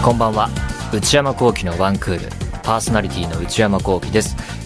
こんばんは。内山聖輝のワンクールパーソナリティの内山聖輝です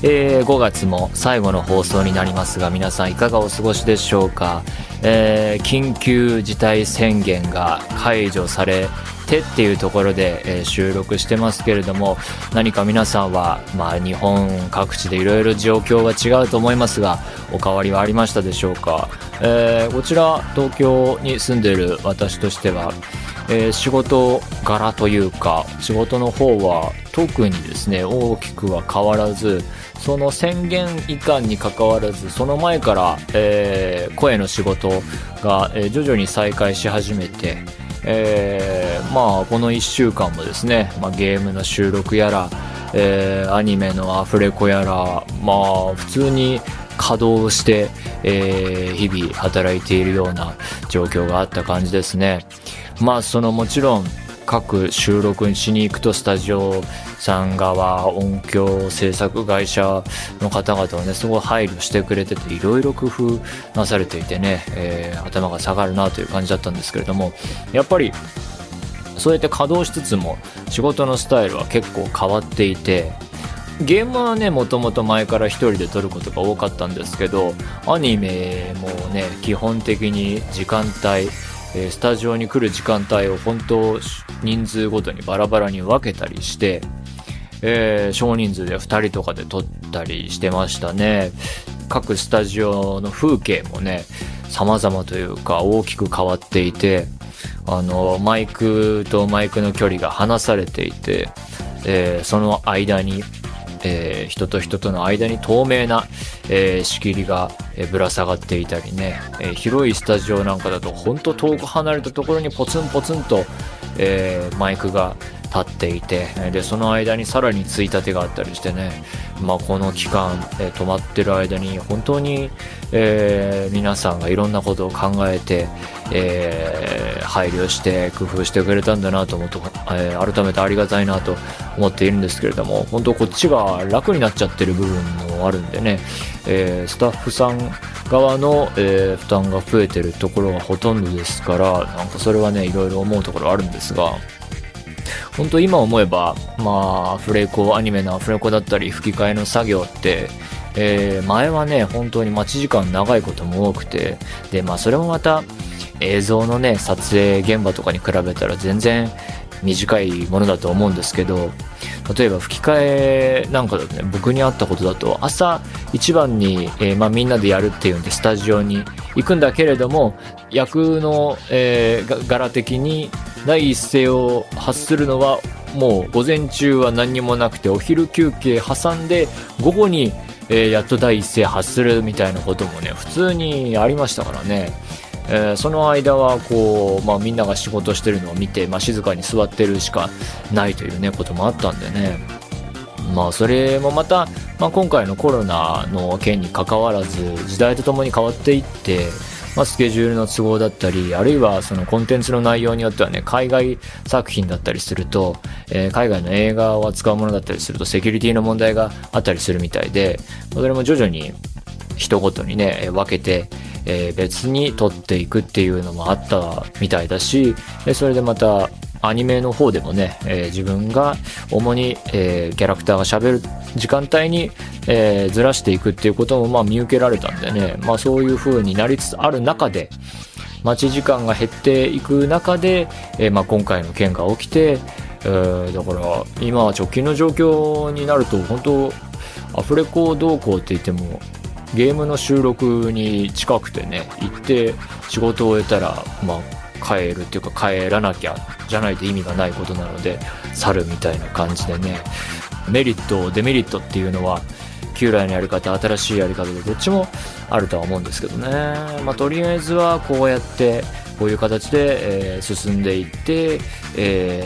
。5月も最後の放送になりますが、皆さんいかがお過ごしでしょうか。緊急事態宣言が解除されてっていうところで、収録してますけれども、何か皆さんは、日本各地でいろいろ状況が違うと思いますが、お変わりはありましたでしょうか。こちら東京に住んでいる私としては、仕事柄というか仕事の方は特にですね大きくは変わらず、その宣言以下に関わらずその前から、声の仕事が、徐々に再開し始めて、この1週間もですね、ゲームの収録やら、アニメのアフレコやら、普通に稼働して、日々働いているような状況があった感じですね。もちろん各収録しに行くとスタジオさん側、音響制作会社の方々はねすごい配慮してくれてて、いろいろ工夫なされていてね、頭が下がるなという感じだったんですけれども、やっぱりそうやって稼働しつつも仕事のスタイルは結構変わっていて、ゲームはねもともと前から一人で撮ることが多かったんですけど、アニメもね基本的に時間帯、スタジオに来る時間帯を本当人数ごとにバラバラに分けたりして、少人数で2人とかで撮ったりしてましたね。各スタジオの風景もね様々というか大きく変わっていて、マイクとマイクの距離が離されていて、その間に人と人との間に透明な、仕切りが、ぶら下がっていたりね、広いスタジオなんかだと本当遠く離れたところにポツンポツンと、マイクが立っていて、でその間にさらについたてがあったりしてね、この期間、止まってる間に本当に、皆さんがいろんなことを考えて、配慮して工夫してくれたんだなと思うと、改めてありがたいなと思っているんですけれども、本当こっちが楽になっちゃってる部分もあるんでね、スタッフさん側の、負担が増えてるところがほとんどですから、なんかそれはねいろいろ思うところあるんですが、本当今思えば、アフレコ、アニメのアフレコだったり吹き替えの作業って、前はね本当に待ち時間長いことも多くて、でそれもまた映像のね撮影現場とかに比べたら全然短いものだと思うんですけど、例えば吹き替えなんかだとね、僕にあったことだと朝一番に、みんなでやるっていうんでスタジオに行くんだけれども、役の、柄的に第一声を発するのはもう午前中は何にもなくて、お昼休憩挟んで午後に、やっと第一声発するみたいなこともね普通にありましたからね。その間はこう、みんなが仕事してるのを見て、静かに座ってるしかないというねこともあったんでね、それもまた、今回のコロナの件に関わらず時代とともに変わっていって、スケジュールの都合だったり、あるいはそのコンテンツの内容によってはね海外作品だったりすると、海外の映画を扱うものだったりするとセキュリティの問題があったりするみたいで、それも徐々に人ごとにね分けて、別に撮っていくっていうのもあったみたいだし、それでまたアニメの方でもね、自分が主に、キャラクターが喋る時間帯に、ずらしていくっていうことも見受けられたんでね、そういう風になりつつある中で、待ち時間が減っていく中で、今回の件が起きて、だから今は直近の状況になると本当アフレコどうこうって言ってもゲームの収録に近くてね、行って仕事を終えたら帰るっていうか帰らなきゃじゃないと意味がないことなので去るみたいな感じでね、メリットデメリットっていうのは旧来のやり方新しいやり方でどっちもあるとは思うんですけどね。とりあえずはこうやってこういう形で、進んでいって、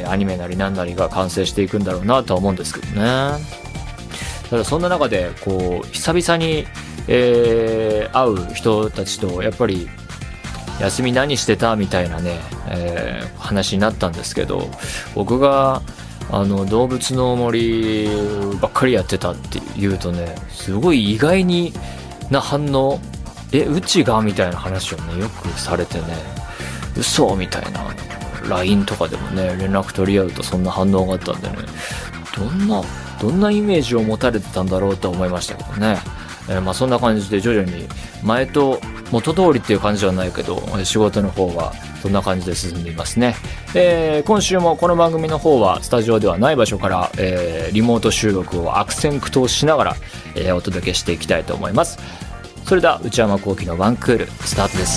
アニメなりなんなりが完成していくんだろうなとは思うんですけどね。ただそんな中でこう久々に会う人たちとやっぱり休み何してたみたいなね、話になったんですけど、僕が動物の森ばっかりやってたって言うとね、すごい意外な反応、うちがみたいな話をねよくされてね、嘘みたいな、 LINE とかでもね、連絡取り合うとそんな反応があったんでね、どんなイメージを持たれてたんだろうと思いましたけどね。そんな感じで徐々に前と元通りっていう感じではないけど、仕事の方はそんな感じで進んでいますね。今週もこの番組の方はスタジオではない場所から、リモート収録を悪戦苦闘しながら、お届けしていきたいと思います。それでは内山聖輝のワンクールスタートです。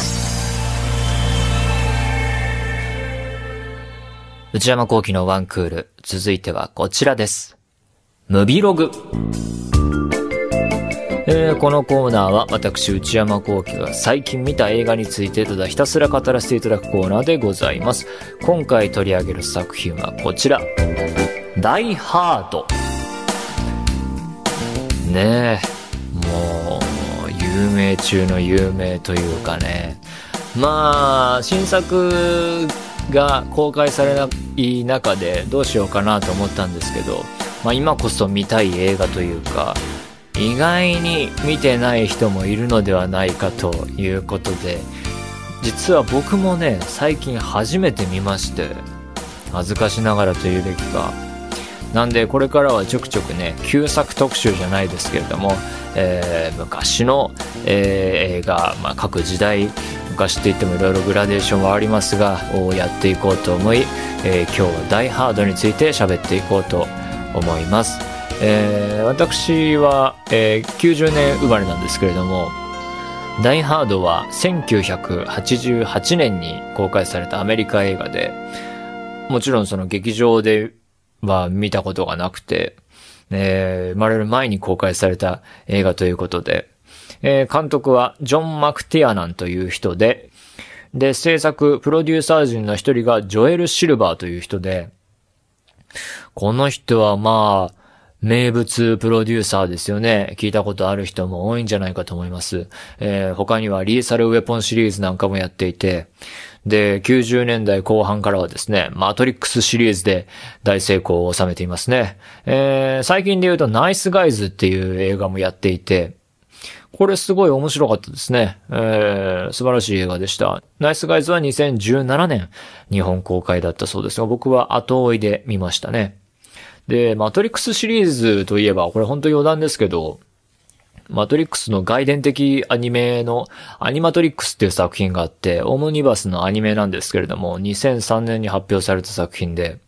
内山聖輝のワンクール、続いてはこちらです。ムビログ。このコーナーは私内山聖輝が最近見た映画についてただひたすら語らせていただくコーナーでございます。今回取り上げる作品はこちら、ダイハード。ねえ、もう有名中の有名というかね、新作が公開されない中でどうしようかなと思ったんですけど、今こそ見たい映画というか、意外に見てない人もいるのではないかということで、実は僕もね、最近初めて見まして、恥ずかしながらというべきか。なんでこれからはちょくちょくね、旧作特集じゃないですけれども、昔の、映画、各時代、昔って言ってもいろいろグラデーションはありますが、やっていこうと思い、今日はダイハードについて喋っていこうと思います。私は、90年生まれなんですけれども、ダイハードは1988年に公開されたアメリカ映画で、もちろんその劇場では見たことがなくて、生まれる前に公開された映画ということで、監督はジョン・マクティアナンという人で、制作プロデューサー陣の一人がジョエル・シルバーという人で、この人は名物プロデューサーですよね。聞いたことある人も多いんじゃないかと思います。他にはリーサルウェポンシリーズなんかもやっていて、で、90年代後半からはですね、マトリックスシリーズで大成功を収めていますね。最近で言うとナイスガイズっていう映画もやっていて、これすごい面白かったですね。素晴らしい映画でした。ナイスガイズは2017年日本公開だったそうですが、僕は後追いで見ましたね。で、マトリックスシリーズといえば、これ本当余談ですけど、マトリックスの外伝的アニメのアニマトリックスっていう作品があって、オムニバスのアニメなんですけれども、2003年に発表された作品で、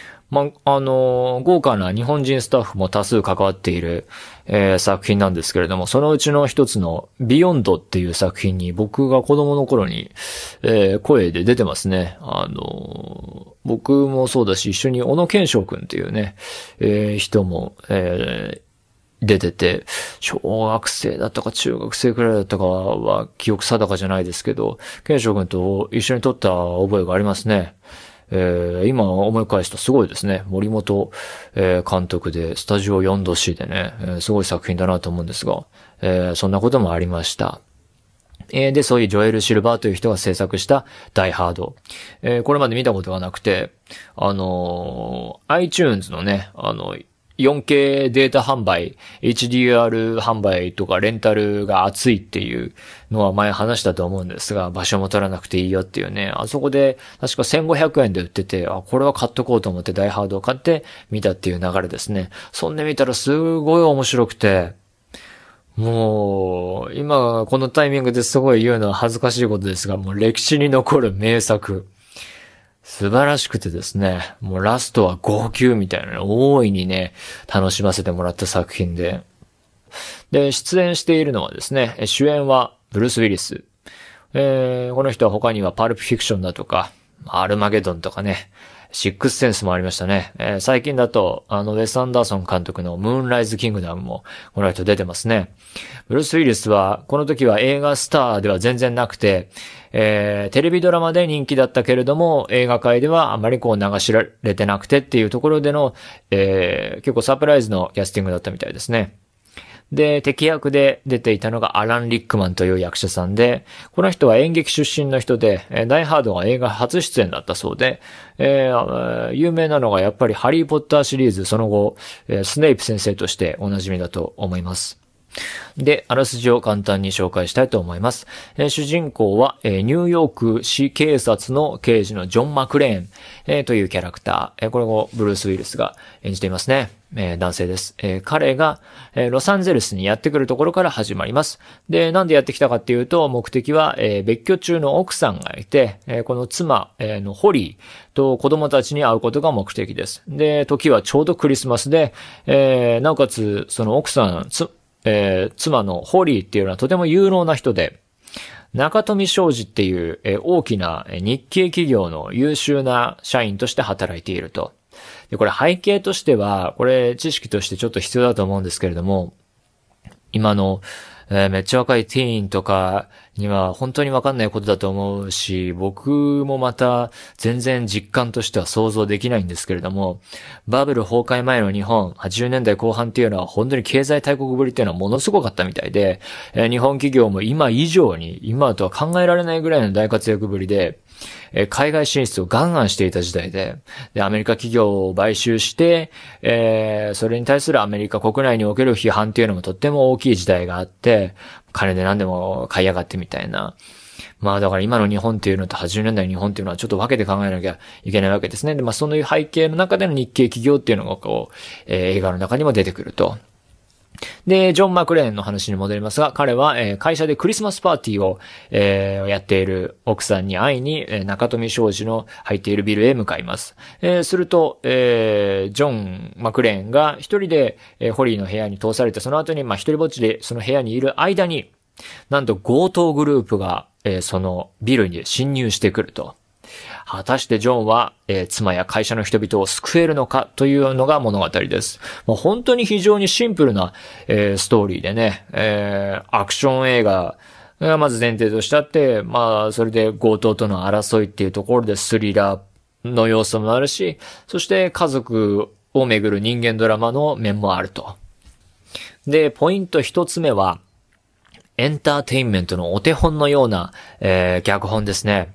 豪華な日本人スタッフも多数関わっている、作品なんですけれども、そのうちの一つのビヨンドっていう作品に僕が子供の頃に、声で出てますね。僕もそうだし、一緒に小野賢章くんっていうね、人も、出てて、小学生だったか中学生くらいだったかは記憶定かじゃないですけど、賢章くんと一緒に撮った覚えがありますね。今思い返すとすごいですね。森本、監督でスタジオ 4°C でね、すごい作品だなと思うんですが、そんなこともありました。で、そういうジョエル・シルバーという人が制作したダイハード。これまで見たことがなくて、iTunes のね、4K データ販売、HDR 販売とかレンタルが熱いっていうのは前話したと思うんですが、場所も取らなくていいよっていうね、あそこで確か1500円で売ってて、これは買っとこうと思ってダイハードを買って見たっていう流れですね。そんで見たらすごい面白くて、もう、今このタイミングですごい言うのは恥ずかしいことですが、もう歴史に残る名作。素晴らしくてですね、もうラストは号泣みたいなの大いにね、楽しませてもらった作品で。で、出演しているのはですね、主演はブルース・ウィリス。この人は他にはパルプフィクションだとか、アルマゲドンとかね、シックスセンスもありましたね。最近だと、ウェス・アンダーソン監督のムーンライズ・キングダムも、この人出てますね。ブルース・ウィリスは、この時は映画スターでは全然なくて、テレビドラマで人気だったけれども、映画界ではあまり流しられてなくてっていうところでの、結構サプライズのキャスティングだったみたいですね。で、敵役で出ていたのがアラン・リックマンという役者さんで、この人は演劇出身の人で、ダイハードが映画初出演だったそうで、有名なのがやっぱりハリー・ポッターシリーズ、その後、スネイプ先生としておなじみだと思います。 で、あらすじを簡単に紹介したいと思います。主人公は、ニューヨーク市警察の刑事のジョン・マクレーン、というキャラクター、これをブルース・ウィルスが演じていますね。男性です。彼が、ロサンゼルスにやってくるところから始まります。で、なんでやってきたかっていうと、目的は、別居中の奥さんがいて、この妻、のホリーと子供たちに会うことが目的です。で、時はちょうどクリスマスで、なおかつ、その奥さん、妻のホリーっていうのはとても有能な人で、中富商事っていう、大きな日系企業の優秀な社員として働いていると。で、これ背景としては、これ知識としてちょっと必要だと思うんですけれども、今の、めっちゃ若いティーンとかには本当にわかんないことだと思うし、僕もまた全然実感としては想像できないんですけれども、バブル崩壊前の日本、80年代後半っていうのは本当に経済大国ぶりっていうのはものすごかったみたいで、日本企業も今以上に、今とは考えられないぐらいの大活躍ぶりで、海外進出をガンガンしていた時代で、アメリカ企業を買収して、それに対するアメリカ国内における批判っていうのもとっても大きい時代があって、金で何でも買いやがってみたいな。まあだから今の日本っていうのと80年代の日本っていうのはちょっと分けて考えなきゃいけないわけですね。で、まあそういう背景の中での日系企業っていうのがこう、映画の中にも出てくると。で、ジョン・マクレーンの話に戻りますが、彼は、会社でクリスマスパーティーを、やっている奥さんに会いに、中富商事の入っているビルへ向かいます。すると、ジョン・マクレーンが一人で、ホリーの部屋に通されて、その後に、一人ぼっちでその部屋にいる間に、なんと強盗グループが、そのビルに侵入してくると。果たしてジョンは、妻や会社の人々を救えるのかというのが物語です。もう本当に非常にシンプルな、ストーリーでね、アクション映画がまず前提としてあって、それで強盗との争いっていうところでスリラーの要素もあるし、そして家族をめぐる人間ドラマの面もあると。で、ポイント一つ目は、エンターテインメントのお手本のような、脚本ですね。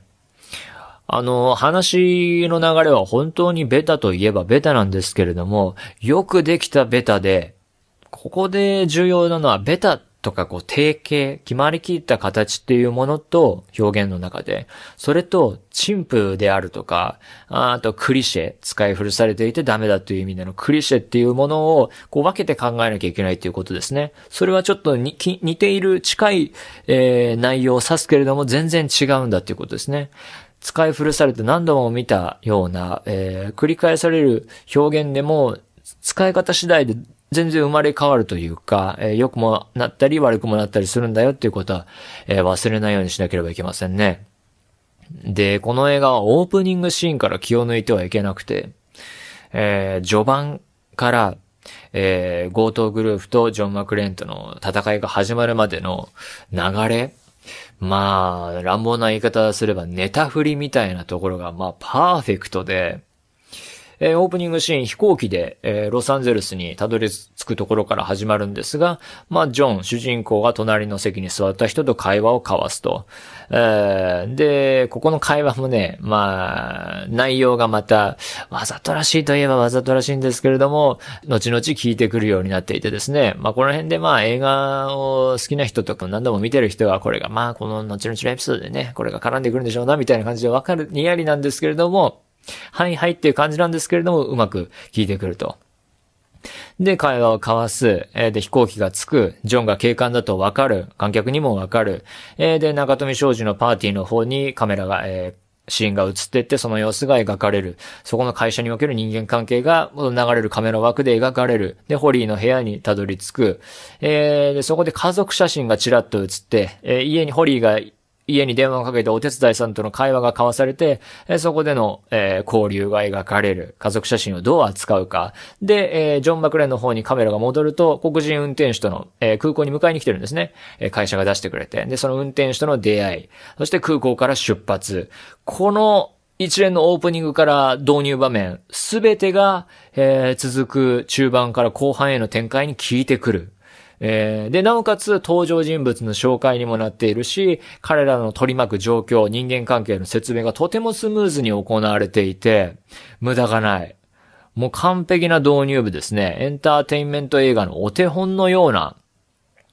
話の流れは本当にベタといえばベタなんですけれども、よくできたベタで、ここで重要なのはベタとか定型、決まりきった形っていうものと表現の中で、それと陳腐であるとか、あとクリシェ、使い古されていてダメだという意味でのクリシェっていうものを分けて考えなきゃいけないということですね。それはちょっと似ている近い、内容を指すけれども全然違うんだっていうことですね。使い古されて何度も見たような、繰り返される表現でも使い方次第で全然生まれ変わるというか、良くもなったり悪くもなったりするんだよっていうことは、忘れないようにしなければいけませんね。で、この映画はオープニングシーンから気を抜いてはいけなくて、序盤から、強盗グループとジョン・マクレーンとの戦いが始まるまでの流れ、乱暴な言い方すればネタ振りみたいなところがパーフェクトで、オープニングシーン飛行機で、ロサンゼルスにたどり着くところから始まるんですが、ジョン、主人公が隣の席に座った人と会話を交わすと。で、ここの会話もね、内容がまた、わざとらしいといえばわざとらしいんですけれども、後々聞いてくるようになっていてですね、この辺で映画を好きな人とか何度も見てる人はこれがこの後々のエピソードでね、これが絡んでくるんでしょうな、みたいな感じでわかるにやりなんですけれども、はいはいっていう感じなんですけれども、うまく聞いてくると。で、会話を交わす。で、飛行機が着く。ジョンが警官だとわかる。観客にもわかる。で、中富商事のパーティーの方にカメラが、シーンが映っていって、その様子が描かれる。そこの会社における人間関係が流れるカメラ枠で描かれる。で、ホリーの部屋にたどり着く。で、そこで家族写真がちらっと映って、ホリーが家に電話をかけてお手伝いさんとの会話が交わされて、そこでの、交流が描かれる。家族写真をどう扱うか。で、ジョン・マクレーンの方にカメラが戻ると、黒人運転手との、空港に迎えに来てるんですね。会社が出してくれて。で、その運転手との出会い。そして空港から出発。この一連のオープニングから導入場面、すべてが、続く中盤から後半への展開に効いてくる。で、なおかつ登場人物の紹介にもなっているし、彼らの取り巻く状況、人間関係の説明がとてもスムーズに行われていて、無駄がない。もう完璧な導入部ですね。エンターテインメント映画のお手本のような、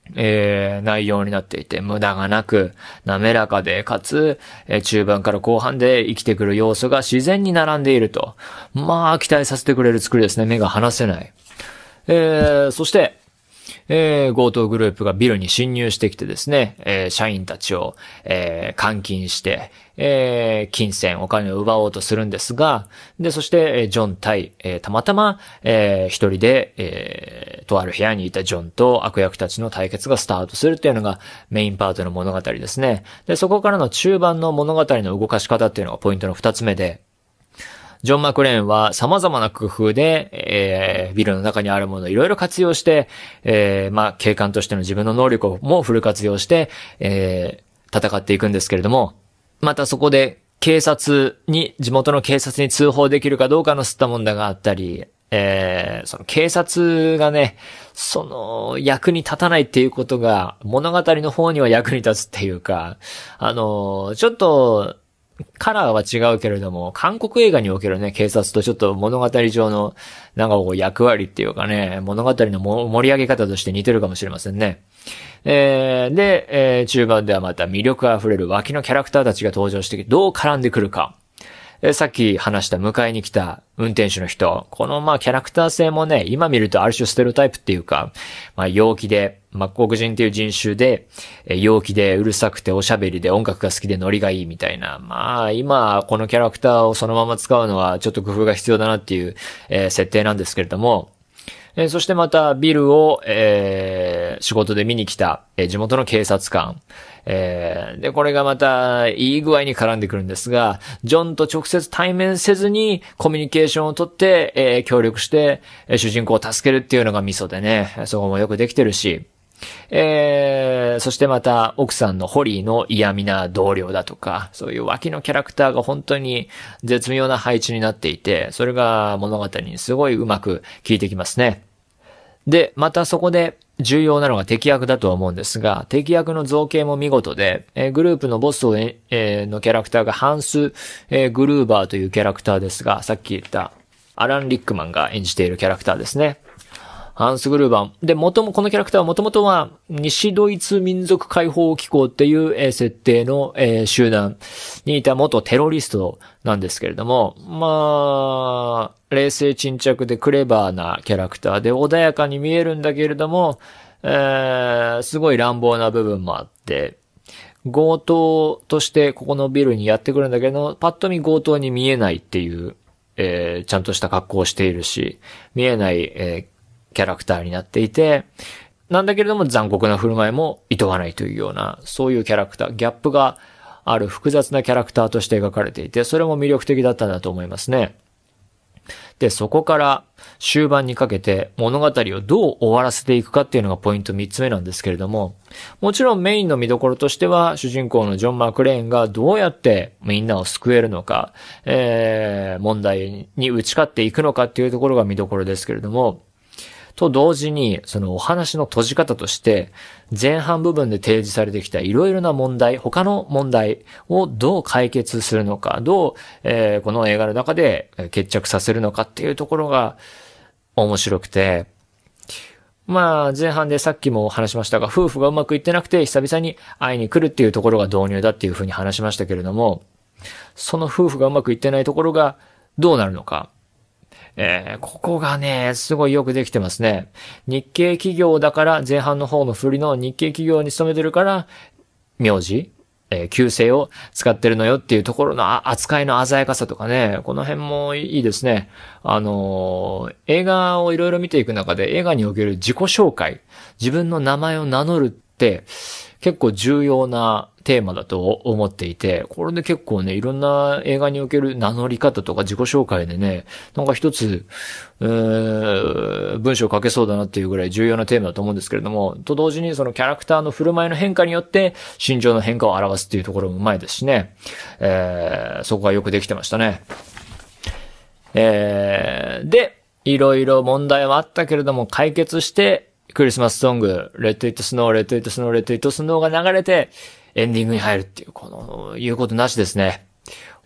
内容になっていて、無駄がなく、滑らかで、かつ、中盤から後半で生きてくる要素が自然に並んでいると。まあ、期待させてくれる作りですね。目が離せない。そして、強盗グループがビルに侵入してきてですね、社員たちを、監禁して、金銭、お金を奪おうとするんですが、で、そして、ジョン対、たまたま、一人で、とある部屋にいたジョンと悪役たちの対決がスタートするっていうのがメインパートの物語ですね。で、そこからの中盤の物語の動かし方っていうのがポイントの二つ目で、ジョン・マクレーンは様々な工夫で、ビルの中にあるものをいろいろ活用して、警官としての自分の能力もフル活用して、戦っていくんですけれども、またそこで地元の警察に通報できるかどうかの吸った問題があったり、その警察がね、役に立たないっていうことが物語の方には役に立つっていうか、ちょっと、カラーは違うけれども、韓国映画におけるね、警察とちょっと物語上の、役割っていうかね、物語の盛り上げ方として似てるかもしれませんね。中盤ではまた魅力あふれる脇のキャラクターたちが登場してどう絡んでくるか。さっき話した迎えに来た運転手の人。このキャラクター性もね、今見るとある種ステレオタイプっていうか、陽気で、黒人っていう人種で、陽気でうるさくておしゃべりで音楽が好きでノリがいいみたいな。今このキャラクターをそのまま使うのはちょっと工夫が必要だなっていう、設定なんですけれども、そしてまたビルを、仕事で見に来た、地元の警察官。で、これがまたいい具合に絡んでくるんですが、ジョンと直接対面せずにコミュニケーションをとって、協力して、主人公を助けるっていうのがミソでね、そこもよくできてるし、そしてまた奥さんのホリーの嫌味な同僚だとか、そういう脇のキャラクターが本当に絶妙な配置になっていて、それが物語にすごいうまく効いてきますね。で、またそこで重要なのが敵役だとは思うんですが、敵役の造形も見事で、グループのボスのキャラクターがハンス、グルーバーというキャラクターですが、さっき言ったアラン・リックマンが演じているキャラクターですね。ハンス・グルーバー。で、このキャラクターはもともとは西ドイツ民族解放機構っていう設定の集団にいた元テロリストなんですけれども、冷静沈着でクレバーなキャラクターで穏やかに見えるんだけれども、すごい乱暴な部分もあって、強盗としてここのビルにやってくるんだけど、パッと見強盗に見えないっていう、ちゃんとした格好をしているし、見えない、キャラクターになっていて、なんだけれども残酷な振る舞いも厭わないというような、そういうキャラクター、ギャップがある複雑なキャラクターとして描かれていて、それも魅力的だったんだと思いますね。で、そこから終盤にかけて物語をどう終わらせていくかっていうのがポイント3つ目なんですけれども、もちろんメインの見どころとしては主人公のジョン・マクレーンがどうやってみんなを救えるのか、問題に打ち勝っていくのかっていうところが見どころですけれども、と同時に、そのお話の閉じ方として、前半部分で提示されてきたいろいろな問題、他の問題をどう解決するのか、どう、この映画の中で決着させるのかっていうところが面白くて、前半でさっきも話しましたが、夫婦がうまくいってなくて久々に会いに来るっていうところが導入だっていうふうに話しましたけれども、その夫婦がうまくいってないところがどうなるのか。ここがね、すごいよくできてますね。日系企業だから、前半の方の振りの日系企業に勤めてるから、名字、旧姓を使ってるのよっていうところの扱いの鮮やかさとかね、この辺もいいですね。映画をいろいろ見ていく中で、映画における自己紹介、自分の名前を名乗るって、結構重要なテーマだと思っていて、これで結構ね、いろんな映画における名乗り方とか自己紹介でね、なんか一つ、文章を書けそうだなっていうぐらい重要なテーマだと思うんですけれども、と同時にそのキャラクターの振る舞いの変化によって心情の変化を表すっていうところもうまいですしね、そこがよくできてましたね。で、いろいろ問題はあったけれども解決して、クリスマスソング、Let It Snow, Let It Snow, Let It Snow が流れて、エンディングに入るっていう、この、言うことなしですね。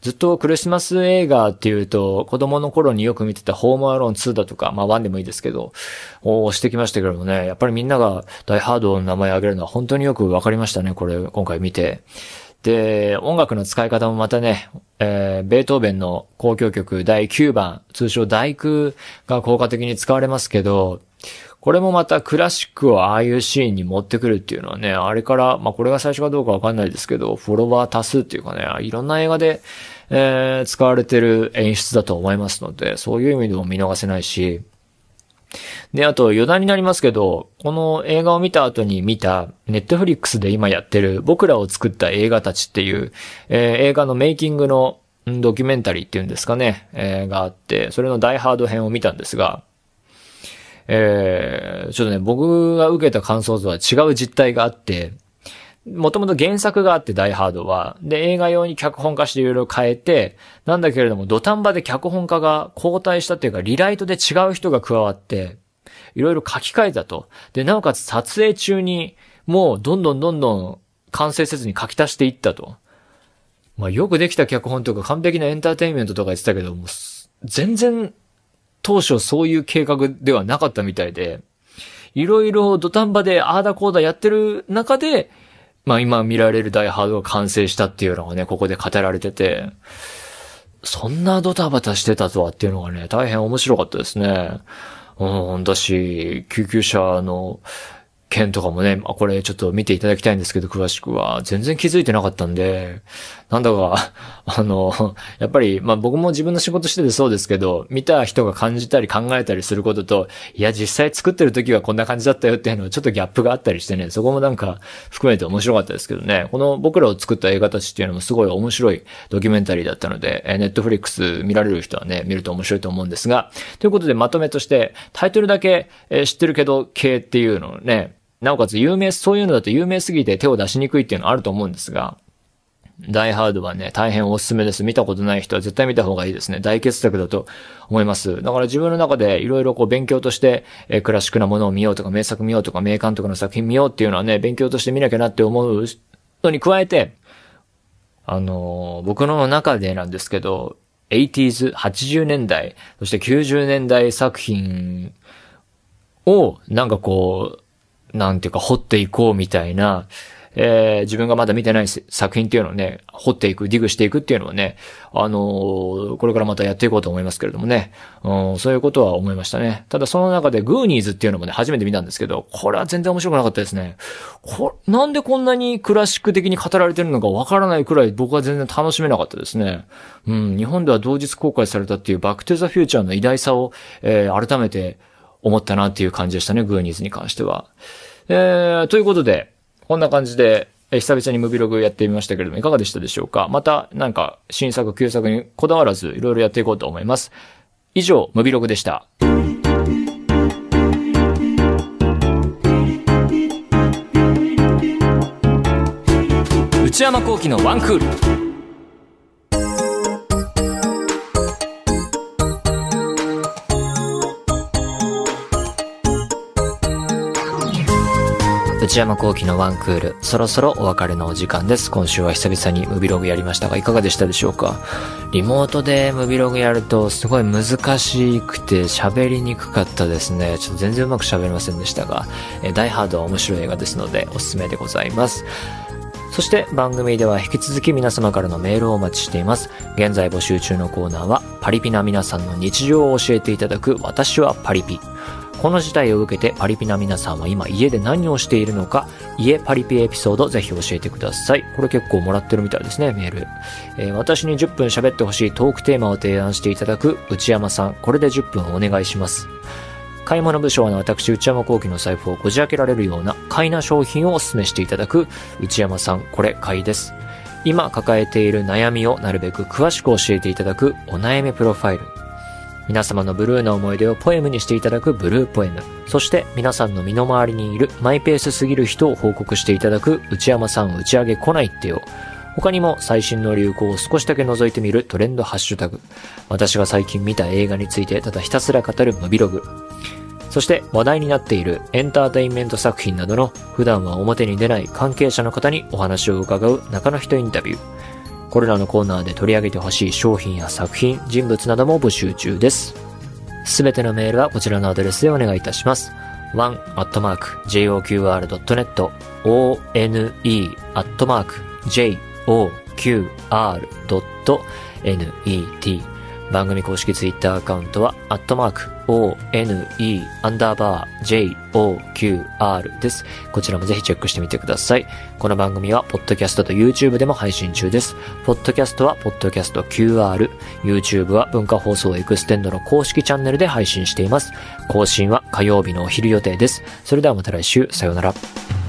ずっとクリスマス映画っていうと、子供の頃によく見てたホームアローン2だとか、まあ1でもいいですけど、してきましたけどもね、やっぱりみんながダイハードの名前を挙げるのは本当によくわかりましたね、これ、今回見て。で、音楽の使い方もまたね、ベートーベンの交響曲第9番、通称第9が効果的に使われますけど、これもまたクラシックをああいうシーンに持ってくるっていうのはね、あれから、まあこれが最初かどうかわかんないですけど、フォロワー多数っていうかね、いろんな映画で、使われてる演出だと思いますので、そういう意味でも見逃せないし、で、あと余談になりますけど、この映画を見た後に見た、ネットフリックスで今やってる僕らを作った映画たちっていう、映画のメイキングのドキュメンタリーっていうんですかね、があって、それのダイハード編を見たんですが、ちょっとね、僕が受けた感想とは違う実態があって、もともと原作があってダイハードは、で、映画用に脚本化していろいろ変えて、なんだけれども土壇場で脚本家が交代したっていうか、リライトで違う人が加わって、いろいろ書き換えたと。で、なおかつ撮影中に、もうどんどん完成せずに書き足していったと。まあ、よくできた脚本とか完璧なエンターテインメントとか言ってたけど、もう全然、当初そういう計画ではなかったみたいで、いろいろ土壇場であーだこーだやってる中で、まあ今見られるダイハードが完成したっていうのがね、ここで語られてて、そんなドタバタしてたとはっていうのがね、大変面白かったですね。だし、救急車の件とかもね、これちょっと見ていただきたいんですけど、詳しくは。全然気づいてなかったんで、なんだか、やっぱり、まあ僕も自分の仕事しててそうですけど、見た人が感じたり考えたりすることと、いや実際作ってる時はこんな感じだったよっていうのはちょっとギャップがあったりしてね、そこもなんか含めて面白かったですけどね、この僕らを作った映画たちっていうのもすごい面白いドキュメンタリーだったので、ネットフリックス見られる人はね、見ると面白いと思うんですが、ということでまとめとして、タイトルだけ知ってるけど系っていうのをね、なおかつそういうのだと有名すぎて手を出しにくいっていうのはあると思うんですが、ダイハードはね、大変おすすめです。見たことない人は絶対見た方がいいですね。大傑作だと思います。だから自分の中でいろいろこう勉強として、クラシックなものを見ようとか、名作見ようとか、名監督の作品見ようっていうのはね、勉強として見なきゃなって思うのに加えて、僕の中でなんですけど、80s、80年代、そして90年代作品をなんかこう、なんていうか掘っていこうみたいな、自分がまだ見てない作品っていうのをね、掘っていく、ディグしていくっていうのはね、これからまたやっていこうと思いますけれどもね、そういうことは思いましたね。ただその中でグーニーズっていうのもね、初めて見たんですけど、これは全然面白くなかったですね。なんでこんなにクラシック的に語られてるのかわからないくらい僕は全然楽しめなかったですね。日本では同日公開されたっていうバックトゥザフューチャーの偉大さを、改めて思ったなっていう感じでしたね、グーニーズに関しては。ということで、こんな感じで、久々にムビログやってみましたけれども、いかがでしたでしょうか。また、なんか、新作、旧作にこだわらず、いろいろやっていこうと思います。以上、ムビログでした。内山聖輝のワンクール。内山聖輝のワンクール、そろそろお別れのお時間です。今週は久々にムビログやりましたが、いかがでしたでしょうか。リモートでムビログやるとすごい難しくて喋りにくかったですね。ちょっと全然うまく喋れませんでしたが、ダイハードは面白い映画ですのでおすすめでございます。そして番組では引き続き皆様からのメールをお待ちしています。現在募集中のコーナーは、パリピな皆さんの日常を教えていただく私はパリピ。この事態を受けてパリピな皆さんは今家で何をしているのか、家パリピエピソードぜひ教えてください。これ結構もらってるみたいですね、メール。私に10分喋ってほしいトークテーマを提案していただく内山さん、これで10分お願いします。買い物不詳な私内山聖輝の財布をこじ開けられるような買いな商品をお勧めしていただく内山さん、これ買いです。今抱えている悩みをなるべく詳しく教えていただくお悩みプロファイル。皆様のブルーな思い出をポエムにしていただくブルーポエム。そして皆さんの身の回りにいるマイペースすぎる人を報告していただく内山さん打ち上げ来ないってよ。他にも最新の流行を少しだけ覗いてみるトレンドハッシュタグ。私が最近見た映画についてただひたすら語るムビログ。そして話題になっているエンターテインメント作品などの普段は表に出ない関係者の方にお話を伺う中の人インタビュー。 これらのコーナーで取り上げてほしい商品や作品、人物なども募集中です。すべてのメールはこちらのアドレスでお願いいたします。one@joqr.net one@joqr.net 番組公式ツイッターアカウントは@one_joqr です。こちらもぜひチェックしてみてください。この番組はポッドキャストと YouTube でも配信中です。ポッドキャストはポッドキャスト QR、 YouTube は文化放送エクステンドの公式チャンネルで配信しています。更新は火曜日のお昼予定です。それではまた来週、さようなら。